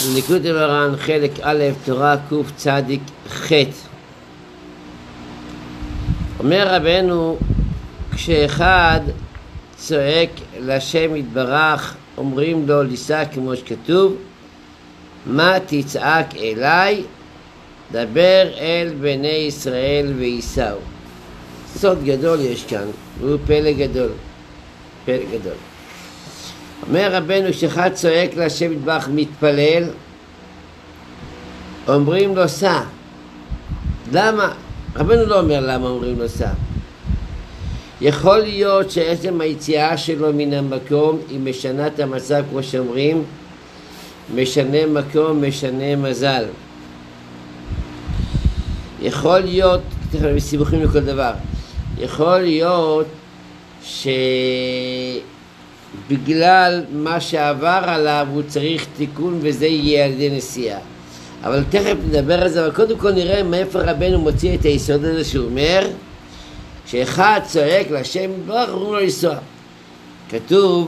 ליקוטי מוהר"ן חלק א', תורה קצ"ח. אומר רבנו, כשאחד צועק לשם יתברך, אומרים לו לישא כמו שכתוב, מה תצעק אליי? דבר אל בני ישראל וייסעו. סוד גדול יש כאן, והוא פלא גדול. פלא גדול. אומר רבנו, כשאחד צועק לשם יתברך מתפלל, אומרים לו סע. למה? רבנו לא אומר למה אומרים לו סע. יכול להיות שעצם היציאה שלו מן המקום היא משנה את המצב, כמו שאומרים, משנה מקום, משנה מזל. יכול להיות, בסיבוכים לכל דבר, יכול להיות שבגלל מה שעבר עליו הוא צריך תיקון וזה יהיה על ידי נסיעה. אבל תכף נדבר על זה, אבל קודם כל נראה מאיפה רבנו מוציא את היסוד הזה שהוא אומר, שאחד צועק לשם יתברך אומרים לו לנסוע. כתוב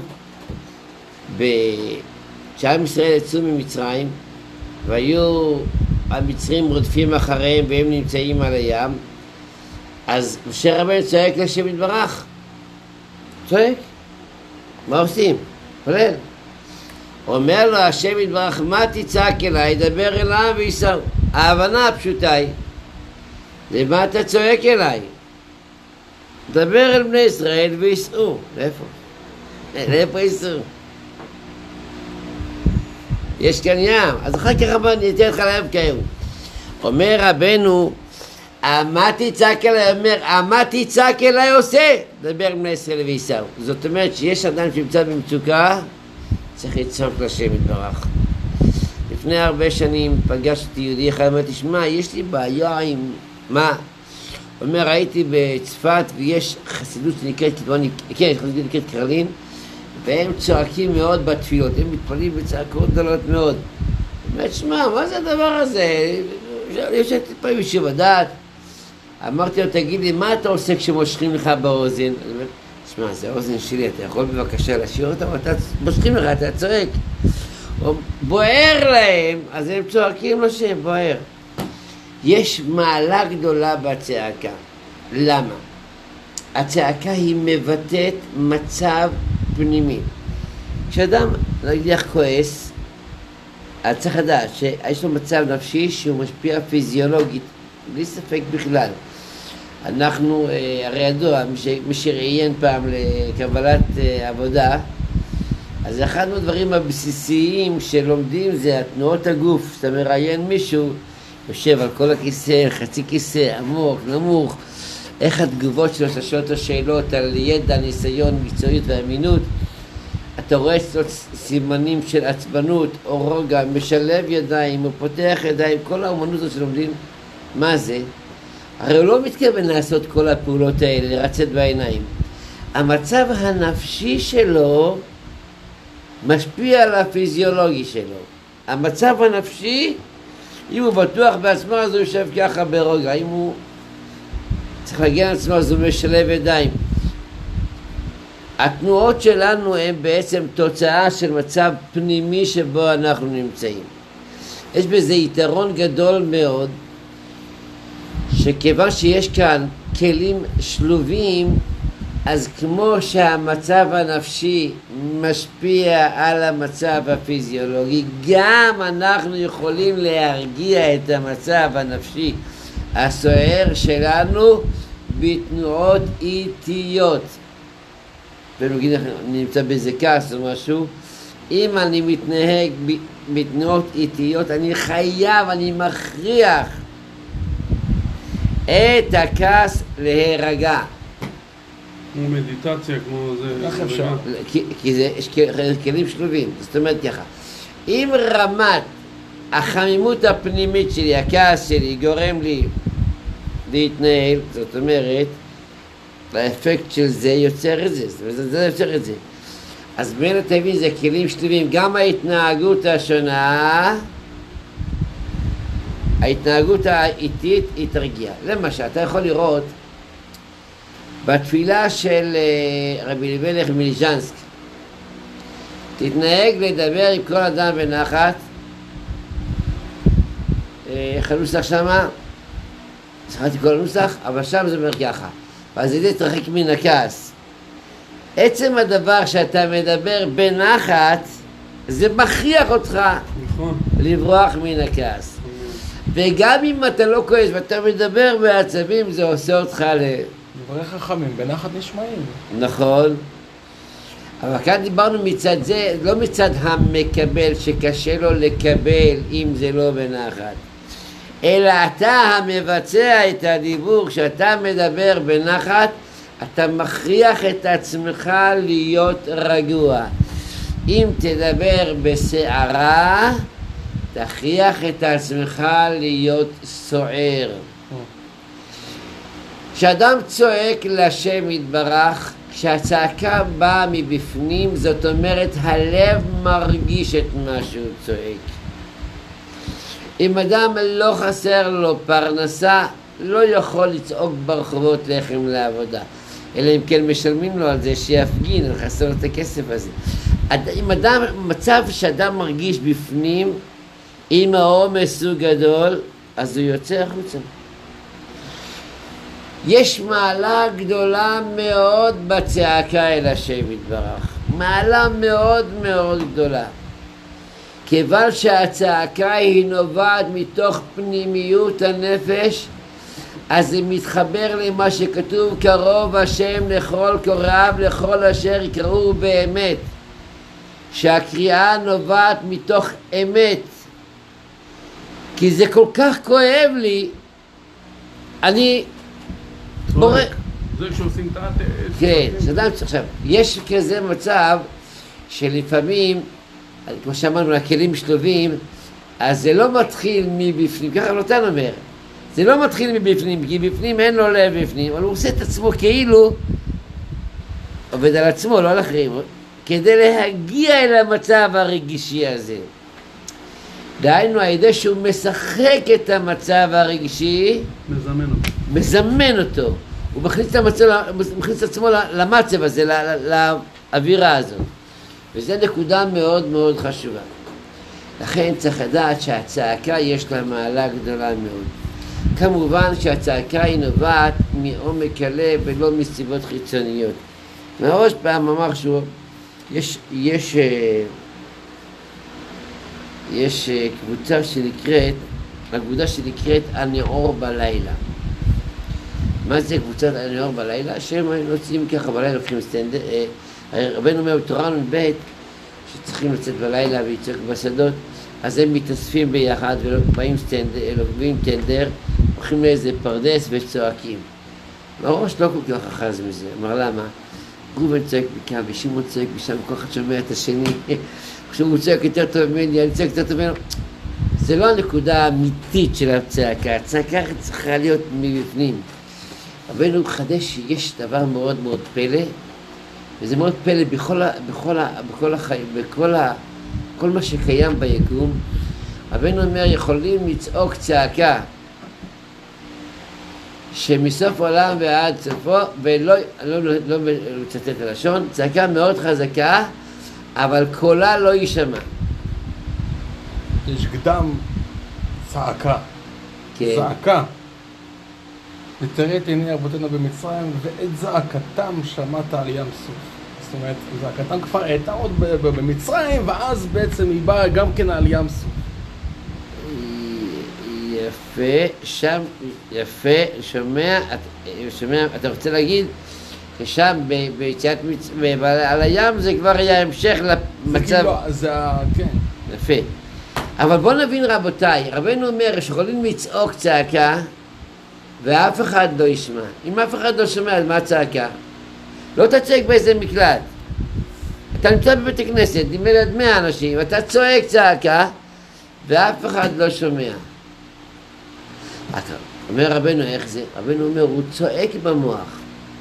שעם ישראל יצאו ממצרים והיו המצרים רודפים אחריהם והם נמצאים על הים, אז משה רבנו צועק לשם יתברך, צועק, מה עושים? פלל. אומר לו השם יתברך, מה תצעק אליי? דבר אליו וייסעו. ההבנה הפשוטה היא, למה אתה צועק אליי? דבר אל בני ישראל וייסעו. לאיפה? לאיפה ייסעו? יש כאן ים, אז אחר כך אני אתן לך להם כאלה. אומר רבנו, מה תצעק אליי? אומר, מה תצעק אליי עושה? דבר אל בני ישראל וייסעו. זאת אומרת שיש אדם שנמצא במצוקה, צריך לצעוק לשם יתברך. לפני הרבה שנים פגשתי יהודי אחד, אמרתי, שמע, יש לי בעיה עם מה? הוא אומר, הייתי בצפת ויש חסידות שנקראת קרלין, והם צועקים מאוד בתפילות, הם מתפללים בצעקות גדולות מאוד. הוא אומר, שמע, מה זה הדבר הזה? יש לי פעמים שוב הדעת. אמרתי לו, תגיד לי, מה אתה עושה כשמושכים לך באוזן? הוא אומר, שמע, זה האוזן שלי, אתה יכול בבקשה להשאיר אותם? מושכים לך, אתה צועק. הוא בוער להם, אז הם צועקים לו שהם בוער. יש מעלה גדולה בצעקה. למה? הצעקה היא מבטאת מצב פנימי. כשאדם, נגיד כועס, אז צריך לדעת שיש לו מצב נפשי שהוא משפיע פיזיולוגית, בלי ספק בכלל. אנחנו, הרי ידוע, מי שראיין פעם לקבלת עבודה, אז אחד מהדברים הבסיסיים שלומדים זה התנועות הגוף. אתה מראיין מישהו, יושב על כל הכיסא, חצי כיסא, עמוק, נמוך, איך התגובות שלו, שואל אותו שאלות על ידע, ניסיון, מקצועיות ואמינות. אתה רואה אצלו סימנים של עצבנות או רוגע, משלב ידיים, הוא פותח ידיים, כל האומנות הזאת שלומדים, מה זה? הרי הוא לא מתכוון לעשות כל הפעולות האלה, לרצת בעיניים. המצב הנפשי שלו משפיע על הפיזיולוגי שלו. המצב הנפשי, אם הוא בטוח בעצמו, אז הוא יושב ככה ברוגע. אם הוא צריך להגיע לעצמו, אז הוא משלב ידיים. התנועות שלנו הן בעצם תוצאה של מצב פנימי שבו אנחנו נמצאים. יש בזה יתרון גדול מאוד, שכיוון שיש כאן כלים שלובים, אז כמו שהמצב הנפשי משפיע על המצב הפיזיולוגי, גם אנחנו יכולים להרגיע את המצב הנפשי הסוער שלנו בתנועות איטיות. ונגיד אני נמצא באיזה כעס או משהו, אם אני מתנהג בתנועות איטיות, אני חייב, אני מכריח את הכעס להירגע. כמו מדיטציה, כמו זה... איך אפשר? כי זה, יש כלים שלובים. זאת אומרת ככה, אם רמת החמימות הפנימית שלי, הכעס שלי, גורם לי להתנהל, זאת אומרת, האפקט של זה יוצר את זה, זה יוצר את זה. אז בין התבין זה כלים שלובים, גם ההתנהגות השונה, ההתנהגות האיטית היא תרגיע. למשל, אתה יכול לראות בתפילה של רבי אלימלך מליז'נסק, תתנהג לדבר עם כל אדם בנחת, איך הנוסח שמה? שכחתי כל הנוסח, אבל שם זה אומר ככה. ואז זה תרחק מן הכעס. עצם הדבר שאתה מדבר בנחת, זה מכריח אותך נכון. לברוח מן הכעס. וגם אם אתה לא כועס ואתה מדבר בעצבים, זה עושה אותך דברי חכמים, בנחת נשמעים. נכון. אבל כאן דיברנו מצד זה, לא מצד המקבל שקשה לו לקבל אם זה לא בנחת, אלא אתה המבצע את הדיבור. כשאתה מדבר בנחת, אתה מכריח את עצמך להיות רגוע. אם תדבר בסערה, תכריח את עצמך להיות סוער. כשאדם צועק לשם יתברך, כשהצעקה באה מבפנים, זאת אומרת הלב מרגיש את מה שהוא צועק. אם אדם לא חסר לו פרנסה, לא יכול לצעוק ברחובות לחם לעבודה, אלא אם כן משלמים לו על זה שיפגין, חסר לו את הכסף הזה. אם אדם, מצב שאדם מרגיש בפנים, אם העומס הוא גדול, אז הוא יוצא החוצה. יש מעלה גדולה מאוד בצעקה אל השם יתברך, מעלה מאוד מאוד גדולה, כיוון שהצעקה היא נובעת מתוך פנימיות הנפש, אז זה מתחבר למה שכתוב, קרוב השם לכל קוראיו לכל אשר יקראו באמת, שהקריאה נובעת מתוך אמת. כי זה כל כך כואב לי, אני בורא. זה כשעושים תעת... כן, שאדם, עכשיו, יש כזה מצב שלפעמים, כמו שאמרנו, הכלים שלובים, אז זה לא מתחיל מבפנים, ככה נותן אומר, זה לא מתחיל מבפנים, כי בפנים אין לו לב בפנים, אבל הוא עושה את עצמו כאילו, עובד על עצמו, לא על אחרים, כדי להגיע אל המצב הרגישי הזה. דהיינו, הידי שהוא משחק את המצב הרגישי, מזמן אותו. הוא מכניס את עצמו למצב הזה, לאווירה הזאת. וזו נקודה מאוד מאוד חשובה. לכן צריך לדעת שהצעקה יש לה מעלה גדולה מאוד. כמובן שהצעקה היא נובעת מעומק הלב ולא מסיבות חיצוניות. מהראש פעם אמר שהוא, יש קבוצה שנקראת, אגודה שנקראת הנאור בלילה. מה זה קבוצת הנאור בלילה? שהם נוצאים ככה בלילה, לוקחים סטנדר, רבנו אומר בתורה נ"ב שצריכים לצאת בלילה ויצעק בשדות, אז הם מתאספים ביחד ובאים לוקחים טנדר, הולכים לאיזה פרדס וצועקים. הראש לא כל כך אחז מזה, אמר למה? ראובן צועק מכאן ושמעון צועק משם, כל אחד שומע את השני, עכשיו הוא צועק יותר טוב ממני, אני צועק יותר טוב ממנו. זה לא הנקודה האמיתית של הצעקה, הצעקה צריכה להיות מבפנים. רבנו חדש שיש דבר מאוד מאוד פלא, וזה מאוד פלא בכל החיים, כל מה שקיים ביקום. רבנו אומר, יכולים לצעוק צעקה שמסוף עולם ועד סופו, ולא לצטט הלשון, צעקה מאוד חזקה, אבל קולה לא יישמע. יש קדם צעקה. כן. צעקה. ותראה את עיני אבותינו במצרים, ואת זעקתם שמעת על ים סוף. זאת אומרת, זעקתם כבר הייתה עוד במצרים, ואז בעצם היא באה גם כן על ים סוף. יפה, שם, יפה, שומע, אתה רוצה להגיד ששם ביציאת על הים זה כבר היה המשך למצב... זה כן. יפה. אבל בוא נבין רבותיי, רבנו אומר שיכולים לצעוק צעקה ואף אחד לא ישמע. אם אף אחד לא שומע, אז מה צעקה? לא תצעק באיזה מקלט. אתה נמצא בבית הכנסת, עם ילד 100 אנשים, אתה צועק צעקה ואף אחד לא שומע. אומר רבנו, איך זה? רבנו אומר, הוא צועק במוח.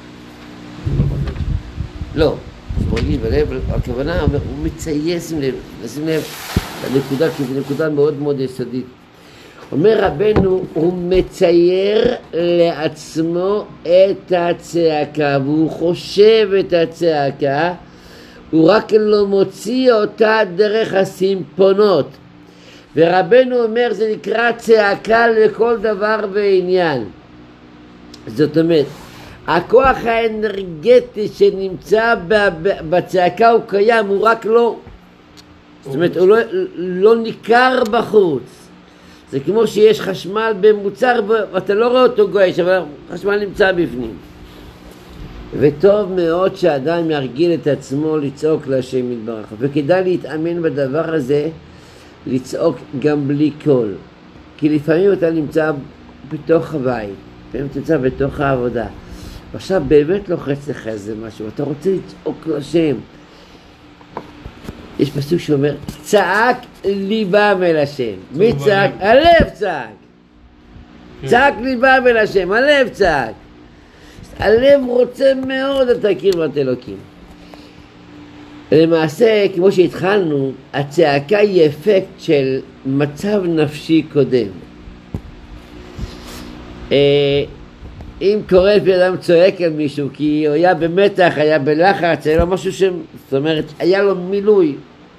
לא, הוא מרגיש בלב, הכוונה, הוא מצייס עם לב, נשים לב לנקודה, כי זו נקודה מאוד מאוד יסודית. אומר רבנו, הוא מצייר לעצמו את הצעקה, והוא חושב את הצעקה, הוא רק לא מוציא אותה דרך הסימפונות. ורבנו אומר זה נקרא צעקה לכל דבר ועניין. זאת אומרת, הכוח האנרגטי שנמצא בצעקה הוא קיים, הוא רק לא, זאת אומרת, הוא לא ניכר בחוץ. זה כמו שיש חשמל במוצר ואתה לא רואה אותו גועש, אבל חשמל נמצא בפנים. וטוב מאוד שאדם ירגיל את עצמו לצעוק להשם יתברך, וכדאי להתאמן בדבר הזה, לצעוק גם בלי קול, כי לפעמים אתה נמצא בתוך הבית, לפעמים אתה נמצא בתוך העבודה, ועכשיו באמת לוחץ לך איזה משהו, אתה רוצה לצעוק להשם. יש פסוק שאומר, צעק ליבם אל השם. מי צעק? הלב צעק. צעק ליבם אל השם, הלב צעק. הלב רוצה מאוד את קרבת אלוקים. למעשה, כמו שהתחלנו, הצעקה היא אפקט של מצב נפשי קודם. אם קורה לפי אדם צועק על מישהו, כי הוא היה במתח, היה בלחץ, היה לו משהו זאת אומרת, היה לו מילוי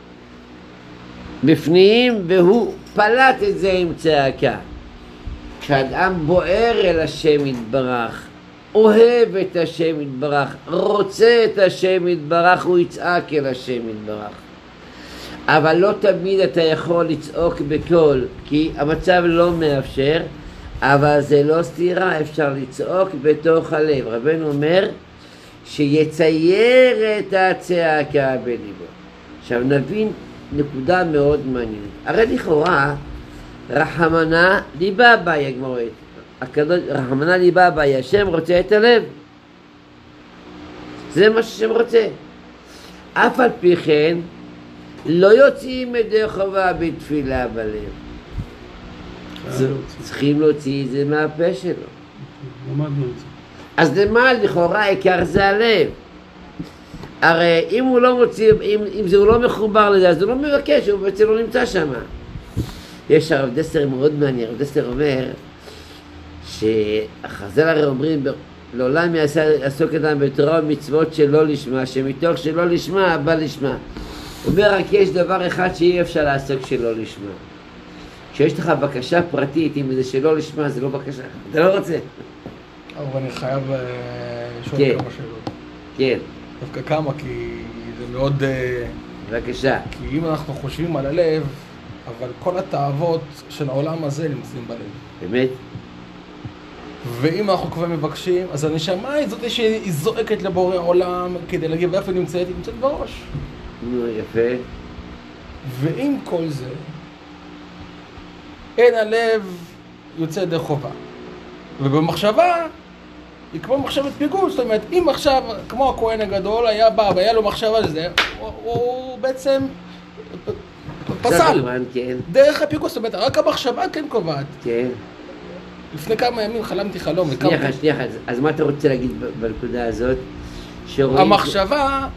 בפנים, והוא פלט את זה עם צעקה. כשאדם בוער אל השם יתברך, אוהב את השם יתברך, רוצה את השם יתברך, הוא יצעק אל השם יתברך. אבל לא תמיד אתה יכול לצעוק בקול, כי המצב לא מאפשר, אבל זה לא סתירה, אפשר לצעוק בתוך הלב. רבנו אומר שיצייר את הצעקה בליבו. עכשיו נבין נקודה מאוד מעניינת. הרי לכאורה רחמנא ליבא בעיה, גמרא, הקדוש רחמנא ליבא בעיה, השם רוצה את הלב, זה מה שהשם רוצה. אף על פי כן לא יוצאים ידי חובה בתפילה בלב, צריכים להוציא את זה מהפה שלו. למדנו את זה. אז למה לכאורה העיקר זה הלב? הרי אם הוא לא מוציא, אם זה הוא לא מחובר לזה, אז הוא לא מבקש, הוא בעצם לא נמצא שם. יש הרב דסר מאוד מעניין. הרב דסר אומר שהחז"ל הרי אומרים לעולם יעסוק אדם בתורה ומצוות שלא לשמה, שמתוך שלא לשמה בא לשמה. הוא אומר רק יש דבר אחד שאי אפשר לעסוק שלא לשמה. כשיש לך בקשה פרטית, אם זה שלא לשמה, זה לא בקשה, אתה לא רוצה. אבל אני חייב לשאול כמה שאלות. כן. דווקא כמה, כי זה מאוד... בבקשה. כי אם אנחנו חושבים על הלב, אבל כל התאוות של העולם הזה נמצאים בלב. באמת? ואם אנחנו כבר מבקשים, אז הנשמה היא זאת שהיא זועקת לבורא עולם כדי להגיד ואיפה נמצאת, היא נמצאת בראש. נו, יפה. ועם כל זה, אין הלב יוצא ידי חובה. ובמחשבה, היא כמו מחשבת פיגול, זאת אומרת, אם עכשיו, כמו הכהן הגדול, היה בא והיה לו מחשבה לזה, הוא בעצם פסל. כן. דרך הפיגול, זאת אומרת, רק המחשבה כן קובעת. כן. לפני כמה ימים חלמתי חלום. שנייה, אז מה אתה רוצה להגיד בנקודה הזאת? המחשבה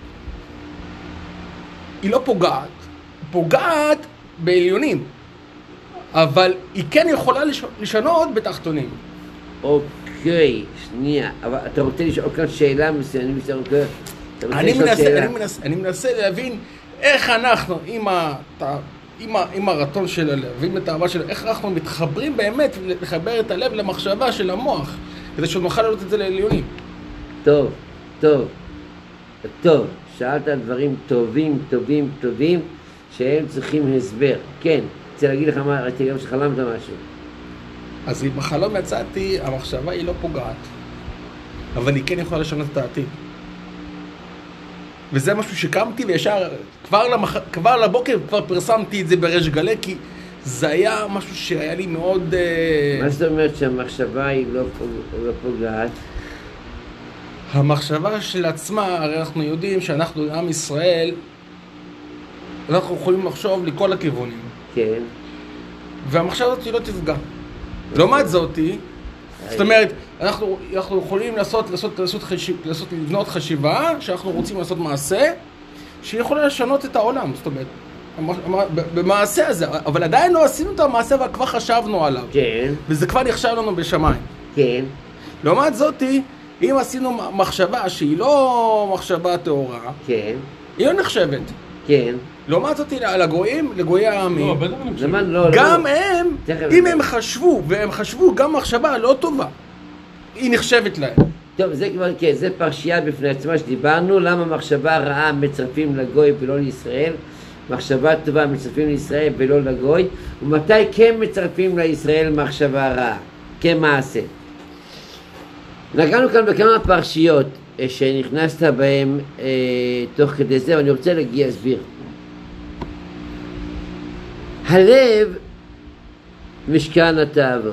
היא לא פוגעת, פוגעת בעליונים, אבל היא כן יכולה לשנות בתחתונים. אוקיי, שנייה, אבל אתה רוצה לשאול כאן שאלה מסוימת, אני מנסה להבין איך אנחנו עם הרצון של הלב, ועם התאווה של איך אנחנו מתחברים באמת לחבר את הלב למחשבה של המוח, כדי שנוכל לעלות את זה לעליונים. טוב, שאלת על דברים טובים, שהם צריכים הסבר. כן, רוצה להגיד לך מה, ראיתי גם שחלמת משהו. אז אם בחלום יצאתי, המחשבה היא לא פוגעת, אבל היא כן יכולה לשנות את העתיד. וזה משהו שקמתי וישר, כבר לבוקר כבר פרסמתי את זה בריש גלי, כי זה היה משהו שהיה לי מאוד... מה זאת אומרת שהמחשבה היא לא פוגעת? המחשבה של עצמה, הרי אנחנו יודעים שאנחנו עם ישראל, אנחנו יכולים לחשוב לכל הכיוונים. כן. והמחשבה הזאת לא תפגע. לעומת זאתי, זאת אומרת, אנחנו יכולים לבנות חשיבה שאנחנו רוצים לעשות מעשה שיכולה לשנות את העולם, זאת אומרת, במעשה הזה, אבל עדיין לא עשינו את המעשה וכבר חשבנו עליו. כן. וזה כבר נחשב לנו בשמיים. כן. לעומת זאתי, אם עשינו מחשבה שהיא לא מחשבה טהורה, כן. היא לא נחשבת. כן. לעומת זאת, לגויים, לגויי העמים, לא, בטח אני חושב. גם הם, תכף אם נדבר. הם חשבו, והם חשבו גם מחשבה לא טובה, היא נחשבת להם. טוב, זה כבר, כן, זה פרשייה בפני עצמה שדיברנו, למה מחשבה רעה מצרפים לגוי ולא לישראל, מחשבה טובה מצרפים לישראל ולא לגוי, ומתי כן מצרפים לישראל מחשבה רעה, כמעשה. נגענו כאן בכמה פרשיות שנכנסת בהן תוך כדי זה, ואני רוצה להסביר. הלב משכן התאוות,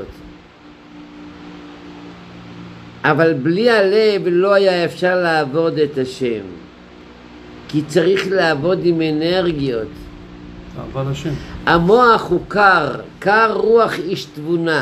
אבל בלי הלב לא היה אפשר לעבוד את השם, כי צריך לעבוד עם אנרגיות. אבל השם. המוח הוא קר רוח איש תבונה.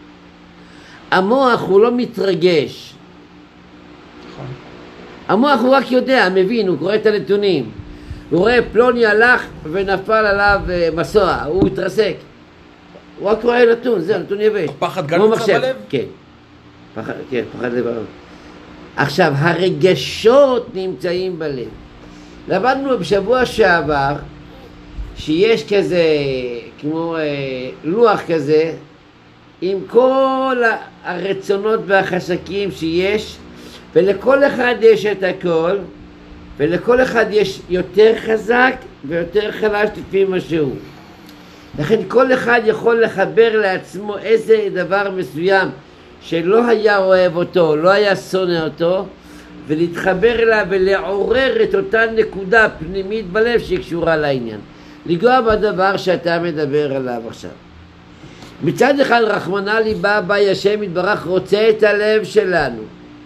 המוח הוא לא מתרגש. נכון. המוח הוא רק יודע, מבין, הוא קורא את הנתונים. הוא רואה פלוני הלך ונפל עליו מסוע, הוא התרסק. הוא רק רואה נתון, זה נתון יבש. פחד גם נמצא בלב? כן. פחד לב. עכשיו, הרגשות נמצאים בלב. למדנו בשבוע שעבר שיש כזה, כמו לוח כזה, עם כל הרצונות והחשקים שיש, ולכל אחד יש את הכל, ולכל אחד יש יותר חזק ויותר חלש לפי מה שהוא. לכן כל אחד יכול לחבר לעצמו איזה דבר מסוים שלא היה אוהב אותו, לא היה שונא אותו, ולהתחבר אליו ולעורר את אותה נקודה פנימית בלב שקשורה לעניין. לגוע בדבר שאתה מדבר עליו עכשיו. מצד אחד רחמנא ליבא בי השם יתברך רוצה את הלב שלנו.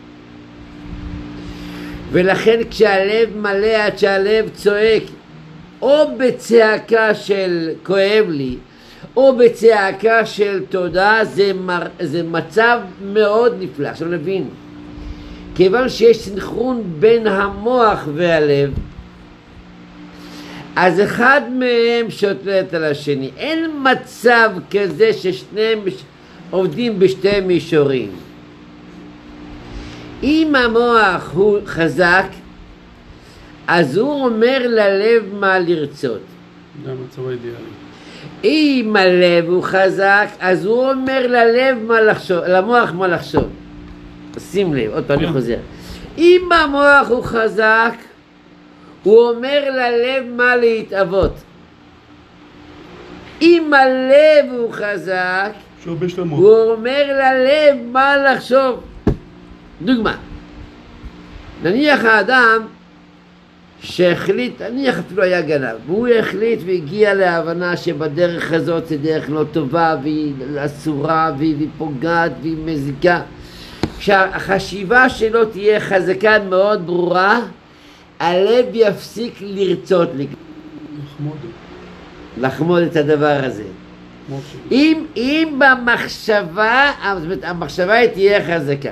ולכן כשהלב מלא עד שהלב צועק, או בצעקה של כואב לי, או בצעקה של תודה, זה מצב מאוד נפלא. עכשיו נבין, כיוון שיש סנכרון בין המוח והלב, אז אחד מהם שולט על השני. אין מצב כזה ששניהם עובדים בשתי מישורים. אם המוח הוא חזק, אז הוא אומר ללב מה לרצות. זה המצב האידיאלי. אם הלב הוא חזק, אז הוא אומר ללב מה לחשוב, למוח מה לחשוב. שים לב, עוד פעם אני חוזר. אם המוח הוא חזק, הוא אומר ללב מה להתאבות. אם הלב הוא חזק, הוא אומר ללב מה לחשוב. דוגמה, נניח האדם שהחליט, נניח אפילו היה גנב, והוא החליט והגיע להבנה שבדרך הזאת זה דרך לא טובה והיא אסורה והיא פוגעת והיא מזיקה. כשהחשיבה שלו תהיה חזקה מאוד ברורה, הלב יפסיק לרצות לחמוד את הדבר הזה. אם במחשבה, זאת אומרת, המחשבה תהיה חזקה.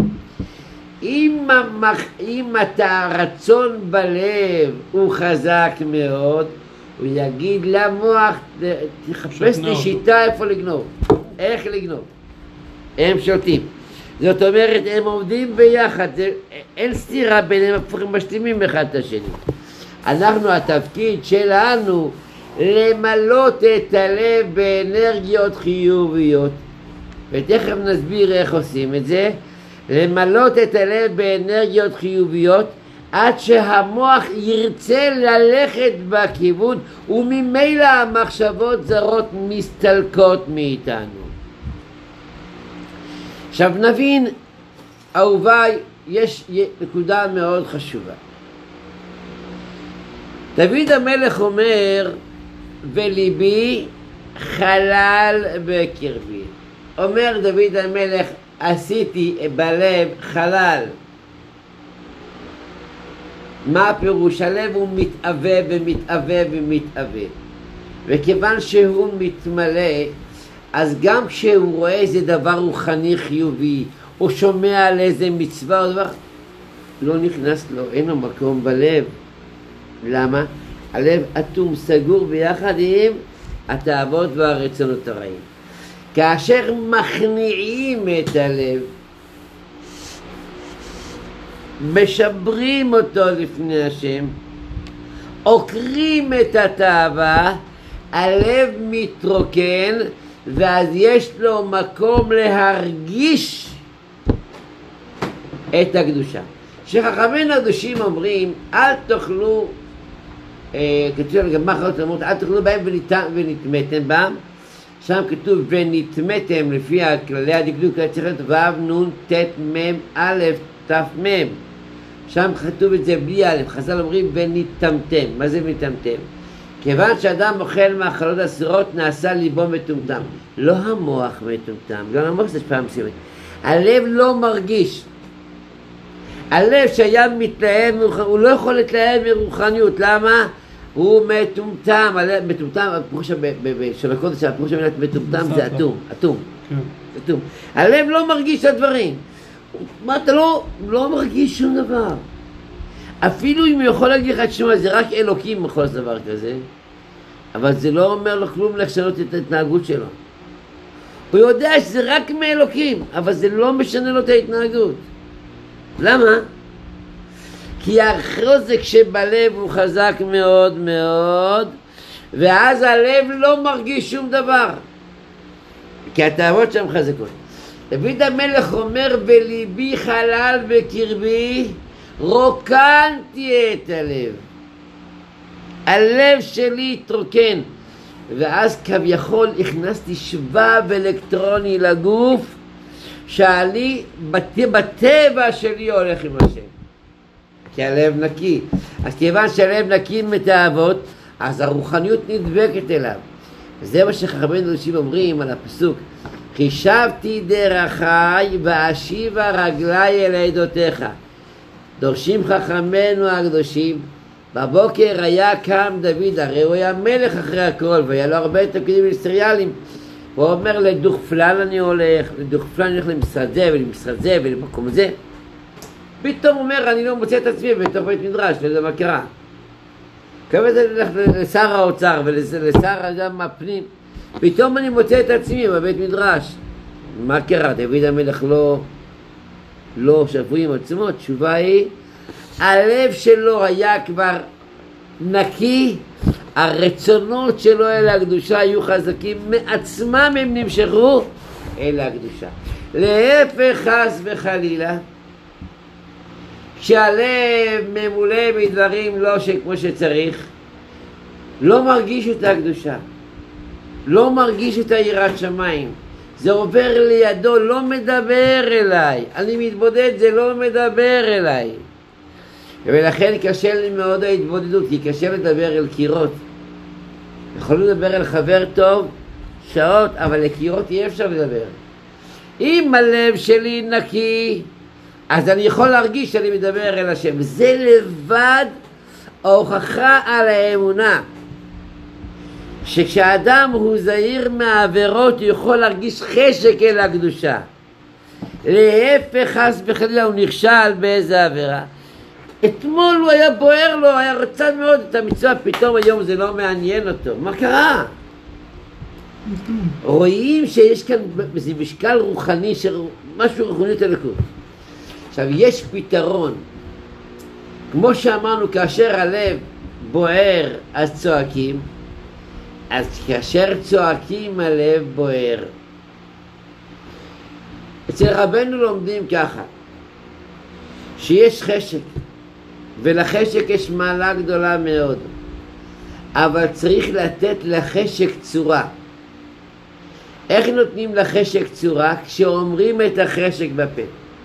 אם הרצון בלב הוא חזק מאוד, הוא יגיד למוח, תחפש לי שיטה איפה לגנוב, איך לגנוב. הם שולטים. זאת אומרת, הם עובדים ביחד, אין סתירה ביניהם, הפכים משלימים אחד את השני. אנחנו, התפקיד שלנו, למלות את הלב באנרגיות חיוביות, ותכף נסביר איך עושים את זה. למלות את הלב באנרגיות חיוביות עד שהמוח ירצה ללכת בכיוון, וממילא המחשבות זרות מסתלקות מאיתנו. עכשיו נבין, אהוביי, יש נקודה מאוד חשובה. דוד המלך אומר, וליבי חלל בקרבי. אומר דוד המלך, עשיתי בלב חלל. מה הפירוש? הלב הוא מתאווה ומתאווה ומתאווה, וכיוון שהוא מתמלא, אז גם כשהוא רואה איזה דבר רוחני חיובי או שומע על איזה מצווה או דבר, לא נכנס לו, אין לו מקום בלב. למה? הלב אטום, סגור ביחד עם התאוות והרצונות הרעים. כאשר מכניעים את הלב, משברים אותו לפני השם, עוקרים את התאווה, הלב מתרוקן, ואז יש לו מקום להרגיש את הקדושה. שחכמינו הקדושים אומרים, אל תאכלו, כתוב לגמרי חיות אמרות, אל תאכלו בהם ונטמאתם בהם. שם כתוב ונטמאתם לפי כללי הדקדוק, צריך להיות ו' נ' ת' מ' א' ת' מ'. שם כתוב את זה בלי א', חז"ל אומרים ונטמאתם. מה זה ונטמאתם? כיוון שאדם אוכל מאכלות אסורות נעשה ליבו מטומטם. לא המוח מטומטם, גם המוח זה פעם מסוימת. הלב לא מרגיש. הלב שהיה מתלהב, הוא לא יכול להתלהב מרוחניות. למה? הוא מטומטם. מטומטם, הפירוש של הקודש, הפירוש של מטומטם זה אטום. אטום. הלב לא מרגיש את הדברים. מה אתה לא מרגיש שום דבר. אפילו אם הוא יכול להגיד לך תשמע, זה רק אלוקים יכול לעשות דבר כזה, אבל זה לא אומר לו כלום לשנות את ההתנהגות שלו. הוא יודע שזה רק מאלוקים, אבל זה לא משנה לו את ההתנהגות. למה? כי החוזק שבלב הוא חזק מאוד מאוד, ואז הלב לא מרגיש שום דבר, כי התאוות שם חזקות. דוד המלך אומר, בליבי חלל בקרבי, רוקנתי את הלב. הלב שלי התרוקן, ואז כביכול הכנסתי שבב אלקטרוני לגוף, שאני בטבע שלי הולך עם השם, כי הלב נקי. אז כיוון שהלב נקי מתאוות, אז הרוחניות נדבקת אליו. וזה מה שחכמינו הקדושים אומרים על הפסוק, חישבתי דרכי ואשיבה רגלי אל עדותיך. דורשים חכמינו הקדושים, בבוקר היה קם דוד, הרי הוא היה מלך אחרי הכל, והיה לו הרבה תפקידים מיניסטריאליים. הוא אומר, לדוך פלן אני הולך, לדוך פלן אני הולך למשרד זה ולמשרד זה ולמקום זה. פתאום הוא אומר, אני לא מוצא את עצמי בתוך בית מדרש, לא יודע מה קרה. כמה זה ללך לשר האוצר ולשר גם הפנים, פתאום אני מוצא את עצמי בבית מדרש. מה קרה? דוד המלך לא שפוי עם עצמו. תשובה היא, הלב שלו היה כבר נקי, הרצונות שלו אל הקדושה היו חזקים, מעצמם הם נמשכו אל הקדושה. להפך חס וחלילה, כשהלב ממולא בדברים לא כמו שצריך, לא מרגיש את הקדושה, לא מרגיש את יראת שמיים, זה עובר לידו, לא מדבר אליי, אני מתבודד, זה לא מדבר אליי. ולכן קשה לי מאוד ההתבודדות, כי קשה לדבר אל קירות. יכולים לדבר אל חבר טוב שעות, אבל לקירות אי אפשר לדבר. אם הלב שלי נקי, אז אני יכול להרגיש שאני מדבר אל השם. זה לבד ההוכחה על האמונה, שכשאדם הוא זהיר מהעבירות הוא יכול להרגיש חשק אל הקדושה. להפך חס וחלילה הוא נכשל באיזה עבירה. אתמול הוא היה בוער לו, היה רצה מאוד את המצווה, פתאום היום זה לא מעניין אותו. מה קרה? רואים שיש כאן איזה משקל רוחני, משהו רוחניות אלוקות. עכשיו יש פתרון. כמו שאמרנו, כאשר הלב בוער אז צועקים, אז כאשר צועקים הלב בוער. אצל רבנו לומדים ככה, שיש חשק, ולחשק יש מעלה גדולה מאוד, אבל צריך לתת לחשק צורה. איך נותנים לחשק צורה? כשאומרים את החשק בפה.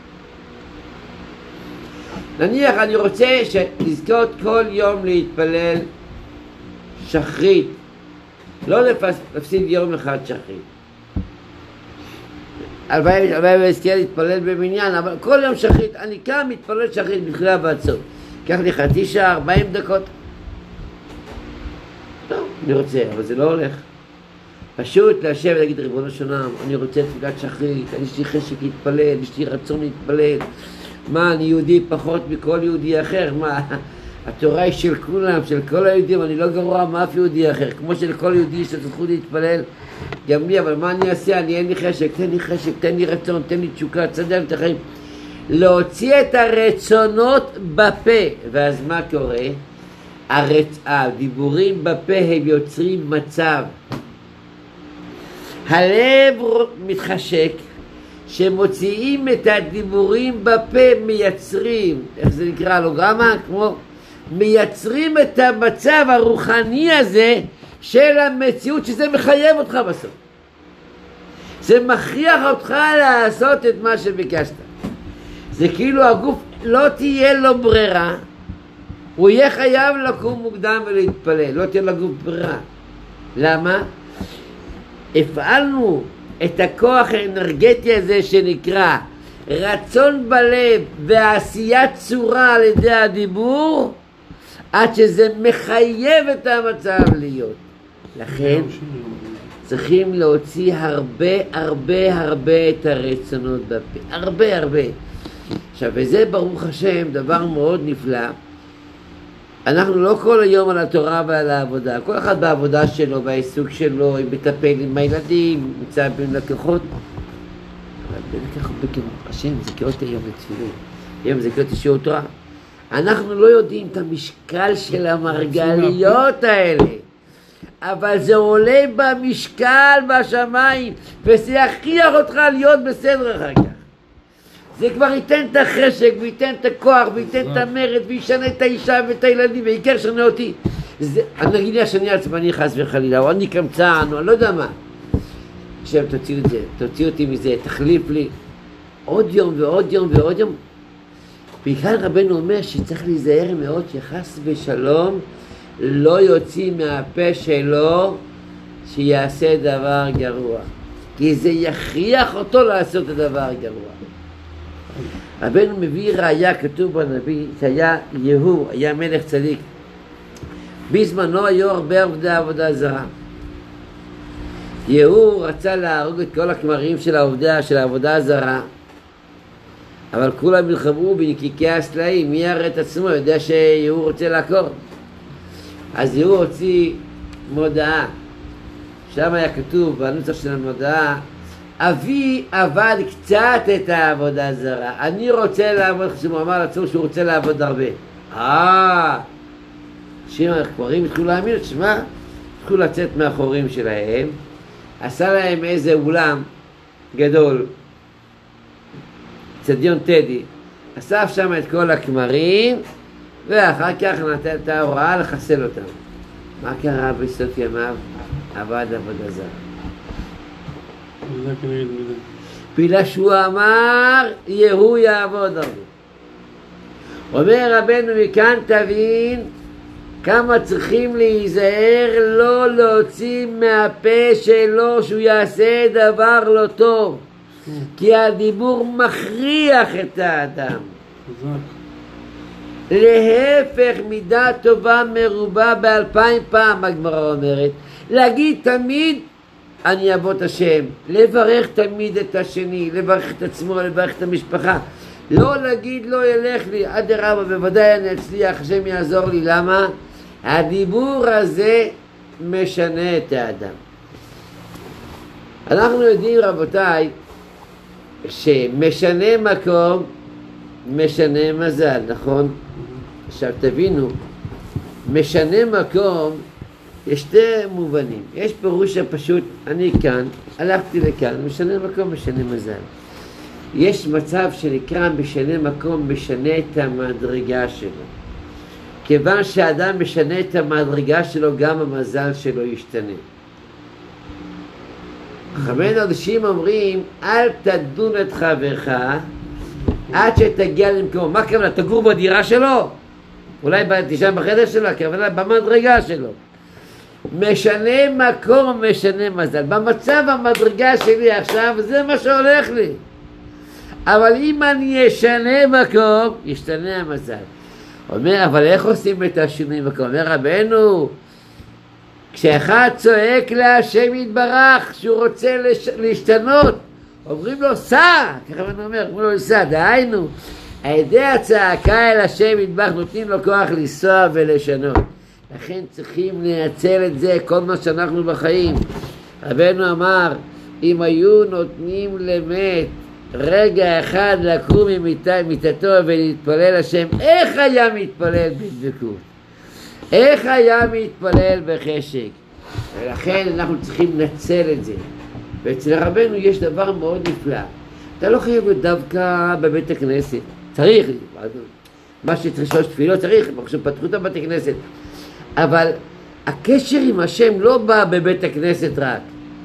נניח אני רוצה לזכות כל יום להתפלל שחרית, לא להפסיד יום אחד שחרית. הלוואי ואזכה להתפלל במניין, אבל כל יום שחרית, אני קם מתפלל שחרית בתחילה ועד סוף. קח לי חצי שעה, 40 דקות. טוב, אני רוצה, אבל זה לא הולך. פשוט לשבת ולהגיד, ריבונו של עולם, אני רוצה תפילת שחרית, יש לי חשק להתפלל, יש לי רצון להתפלל. מה, אני יהודי פחות מכל יהודי אחר? מה, התורה היא של כולם, של כל היהודים, אני לא גרוע מאף יהודי אחר. כמו שלכל יהודי יש זכות להתפלל, גם לי, אבל מה אני אעשה? אין לי חשק, תן לי חשק, תן לי רצון, תן לי תשוקה, תסדר את החיים. להוציא את הרצונות בפה, ואז מה קורה? הדיבורים בפה הם יוצרים מצב. הלב מתחשק, שמוציאים את הדיבורים בפה מייצרים, איך זה נקרא לו גרמה? כמו מייצרים את המצב הרוחני הזה של המציאות, שזה מחייב אותך בסוף. זה מכריח אותך לעשות את מה שביקשת. זה כאילו הגוף לא תהיה לו ברירה, הוא יהיה חייב לקום מוקדם ולהתפלל, לא תהיה לגוף ברירה. למה? הפעלנו את הכוח האנרגטי הזה שנקרא רצון בלב ועשיית צורה על ידי הדיבור, עד שזה מחייב את המצב להיות. לכן צריכים להוציא הרבה את הרצונות בפה, הרבה. עכשיו, וזה ברוך השם דבר מאוד נפלא. אנחנו לא כל היום על התורה ועל העבודה, כל אחד בעבודה שלו, בעיסוק שלו, מטפל עם הילדים, נמצא בין לקוחות. אבל בין השם זיכרות היום לתפילין, היום זיכרות לשיעור תורה. אנחנו לא יודעים את המשקל של המרגליות האלה, אבל זה עולה במשקל בשמיים, וזה יכריח אותך להיות בסדר אחר כך. זה כבר ייתן את החשק, וייתן את הכוח, וייתן את המרד, וישנה את האישה ואת הילדים, ויקר שנה אותי. אני אגיד לי שאני עצבני חס וחלילה, או אני קמצן, או אני לא יודע מה. עכשיו תוציאו את זה, תוציאו אותי מזה, תחליף לי עוד יום ועוד יום ועוד יום. וכאן רבנו אומר שצריך להיזהר מאוד שחס ושלום לא יוציא מהפה שלו שיעשה דבר גרוע, כי זה יכריח אותו לעשות את הדבר גרוע. רבנו מביא ראיה, כתוב בנביא שהיה יהוא, היה מלך צדיק. בזמנו היו הרבה עבודה זרה. יהוא רצה להרוג את כל הכמרים של העבודה הזרה, אבל כולם נלחמו בנקיקי הסלעים. מי יראה את עצמו? יודע שיהוא רוצה לעקור. אז יהוא הוציא מודעה, שם היה כתוב בנוסח של המודעה, אבי עבד קצת את העבודה הזרה, אני רוצה לעבוד. כשהוא אמר לעצמו שהוא רוצה לעבוד הרבה, הכמרים התחילו להאמין, התחילו לצאת מהחורים שלהם, עשה להם איזה אולם גדול, צדיון טדי, אסף שם את כל הכמרים, ואחר כך נתן את ההוראה לחסל אותם. מה קרה בסוף ימיו? עבד עבודה זרה. בגלל שהוא אמר יהוא יעבוד הרבה. אומר רבנו מכאן תבין כמה צריכים להיזהר לא להוציא מהפה שלו שהוא יעשה דבר לא טוב, כי הדיבור מכריח את האדם. להפך, מידה טובה מרובה ב2000 פעם, הגמרא אומרת. להגיד תמיד אני אעבוד השם, לברך תמיד את השני, לברך את עצמו, לברך את המשפחה. לא להגיד לא ילך לי, אדרבה, בוודאי אני אצליח, השם יעזור לי. למה? הדיבור הזה משנה את האדם. אנחנו יודעים רבותיי שמשנה מקום משנה מזל, נכון? עכשיו תבינו, משנה מקום יש שתי מובנים. יש פירוש הפשוט, אני כאן, הלכתי לכאן, משנה מקום משנה מזל. יש מצב שנקרא משנה מקום משנה את המדרגה שלו. כיוון שהאדם משנה את המדרגה שלו, גם המזל שלו ישתנה. חכמי אנשים אומרים, אל תדון את חברך עד שתגיע למקום. מה הכוונה? תגור בדירה שלו? אולי תישן בחדר שלו? הכוונה במדרגה שלו. משנה מקום משנה מזל. במצב המדרגה שלי עכשיו זה מה שהולך לי, אבל אם אני אשנה מקום ישתנה המזל. אומר, אבל איך עושים את השינוי מקום? אומר רבנו, כשאחד צועק להשם יתברך שהוא רוצה להשתנות, אומרים לו סע, ככה אני אומר, אומרים לו סע. דהיינו, על ידי הצעקה אל השם יתברך נותנים לו כוח לנסוע ולשנות. לכן צריכים לנצל את זה כל מה שאנחנו בחיים. רבנו אמר, אם היו נותנים למת רגע אחד לקום ממיטתו ולהתפלל השם, איך היה מתפלל בדבקות? איך היה מתפלל בחשק? ולכן אנחנו צריכים לנצל את זה. ואצל רבנו יש דבר מאוד נפלא. אתה לא חייב להיות דווקא בבית הכנסת. צריך, מה שצריך 3 תפילות צריך, עכשיו פתחו את בית הכנסת. אבל הקשר עם השם לא בא בבית הכנסת רק.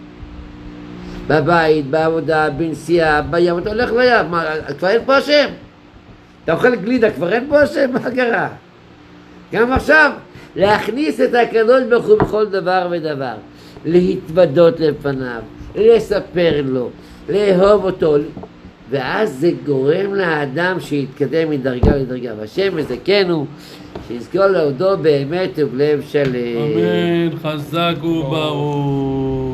בבית, בעבודה, בנסיעה, בים, אתה הולך לים, מה, כבר אין פה השם? אתה אוכל גלידה, כבר אין פה השם? מה קרה? גם עכשיו, להכניס את הקדוש ברוך הוא בכל דבר ודבר, להתוודות לפניו, לספר לו, לאהוב אותו, ואז זה גורם לאדם שיתקדם מדרגה לדרגה. והשם יזכנו, שיזכור להודו באמת ובלב שלם. אמן, חזק וברוך.